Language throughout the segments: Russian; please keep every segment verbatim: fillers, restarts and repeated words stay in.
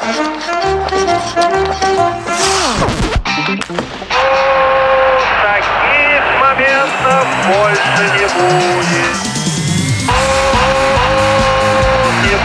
Таких моментов больше не будет. Не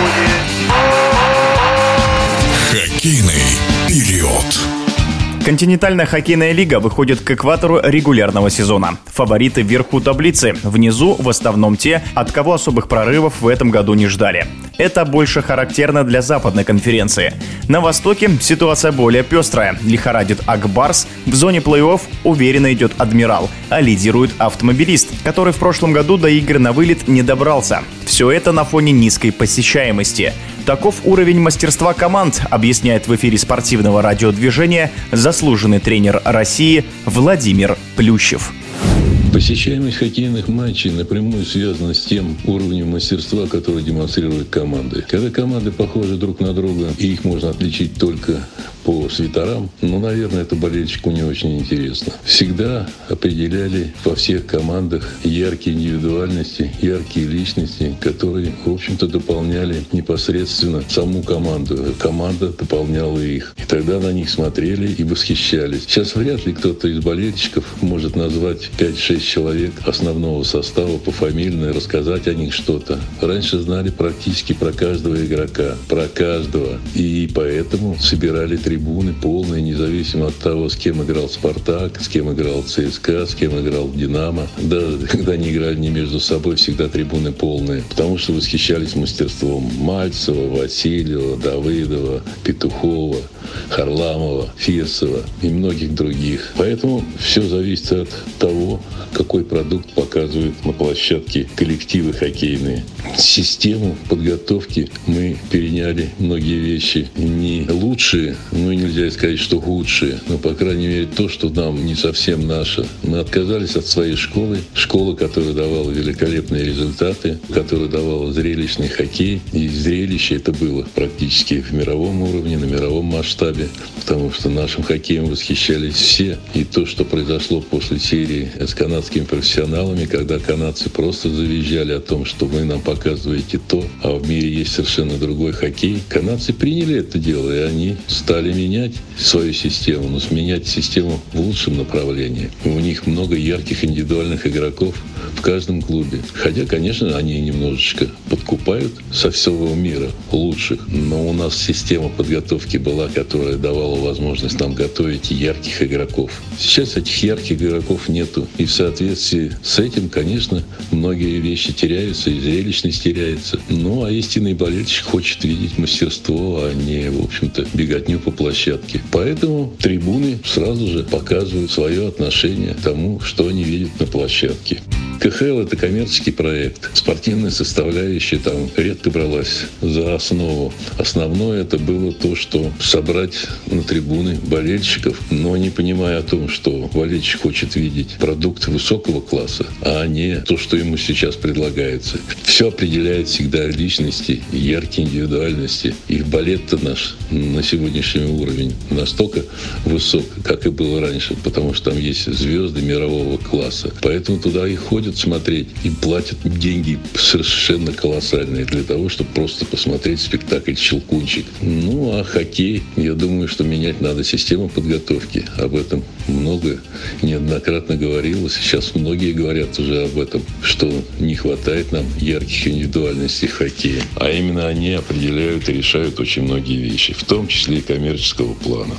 будет. Хоккейный период. Континентальная хоккейная лига выходит к экватору регулярного сезона. Фавориты вверху таблицы, внизу в основном те, от кого особых прорывов в этом году не ждали. Это больше характерно для западной конференции. На востоке ситуация более пестрая. Лихорадит Ак Барс, в зоне плей-офф уверенно идет Адмирал, а лидирует Автомобилист, который в прошлом году до игр на вылет не добрался. Все это на фоне низкой посещаемости. Таков уровень мастерства команд, объясняет в эфире спортивного радиодвижения заслуженный тренер России Владимир Плющев. Посещаемость хоккейных матчей напрямую связана с тем уровнем мастерства, который демонстрируют команды. Когда команды похожи друг на друга, и их можно отличить только по свитерам, ну, наверное, это болельщику не очень интересно. Всегда определяли во всех командах яркие индивидуальности, яркие личности, которые, в общем-то, дополняли непосредственно саму команду. Команда дополняла их. И тогда на них смотрели и восхищались. Сейчас вряд ли кто-то из болельщиков может назвать пять-шесть человек основного состава пофамильно и рассказать о них что-то. Раньше знали практически про каждого игрока, про каждого. И поэтому собирали трибуны полные, независимо от того, с кем играл «Спартак», с кем играл ЦСКА, с кем играл «Динамо». Да, когда они играли не между собой, всегда трибуны полные. Потому что восхищались мастерством Мальцева, Васильева, Давыдова, Петухова, Харламова, Фирсова и многих других. Поэтому все зависит от того, какой продукт показывают на площадке коллективы хоккейные. Систему подготовки мы переняли многие вещи не лучшие, ну и нельзя сказать, что худшие, но, по крайней мере, то, что нам не совсем наше. Мы отказались от своей школы, школы, которая давала великолепные результаты, которая давала зрелищный хоккей, и зрелище это было практически в мировом уровне, на мировом масштабе, потому что нашим хоккеем восхищались все, и то, что произошло после серии с канадскими профессионалами, когда канадцы просто завизжали о том, что вы нам показываете то, а в мире есть совершенно другой хоккей. Канадцы приняли это дело, и они стали менять свою систему, но сменять систему в лучшем направлении. У них много ярких индивидуальных игроков в каждом клубе. Хотя, конечно, они немножечко подкупают со всего мира лучших, но у нас система подготовки была, которая давала возможность нам готовить ярких игроков. Сейчас этих ярких игроков нету, и в соответствии с этим, конечно, многие вещи теряются, и зрелищность теряется. Ну, а истинный болельщик хочет видеть мастерство, а не, в общем-то, беготню по площадке. Поэтому трибуны сразу же показывают свое отношение к тому, что они видят на площадке. ка ха эл – это коммерческий проект. Спортивная составляющая там редко бралась за основу. Основное это было то, что собрать на трибуны болельщиков, но не понимая о том, что болельщик хочет видеть продукт высокого класса, а не то, что ему сейчас предлагается. Все определяет всегда личности, яркие индивидуальности. И балет-то наш на сегодняшний уровень настолько высок, как и было раньше, потому что там есть звезды мирового класса. Поэтому туда и ходят смотреть, и платят деньги совершенно колоссальные для того, чтобы просто посмотреть спектакль «Щелкунчик». Ну, а хоккей, я думаю, что менять надо систему подготовки. Об этом много неоднократно говорилось. Сейчас многие говорят уже об этом, что не хватает нам ярких индивидуальностей в хоккее. А именно они определяют и решают очень многие вещи, в том числе и коммерческого плана.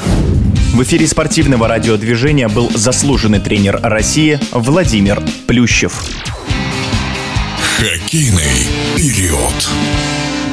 В эфире спортивного радиодвижения был заслуженный тренер России Владимир Плющев. Хоккейный период.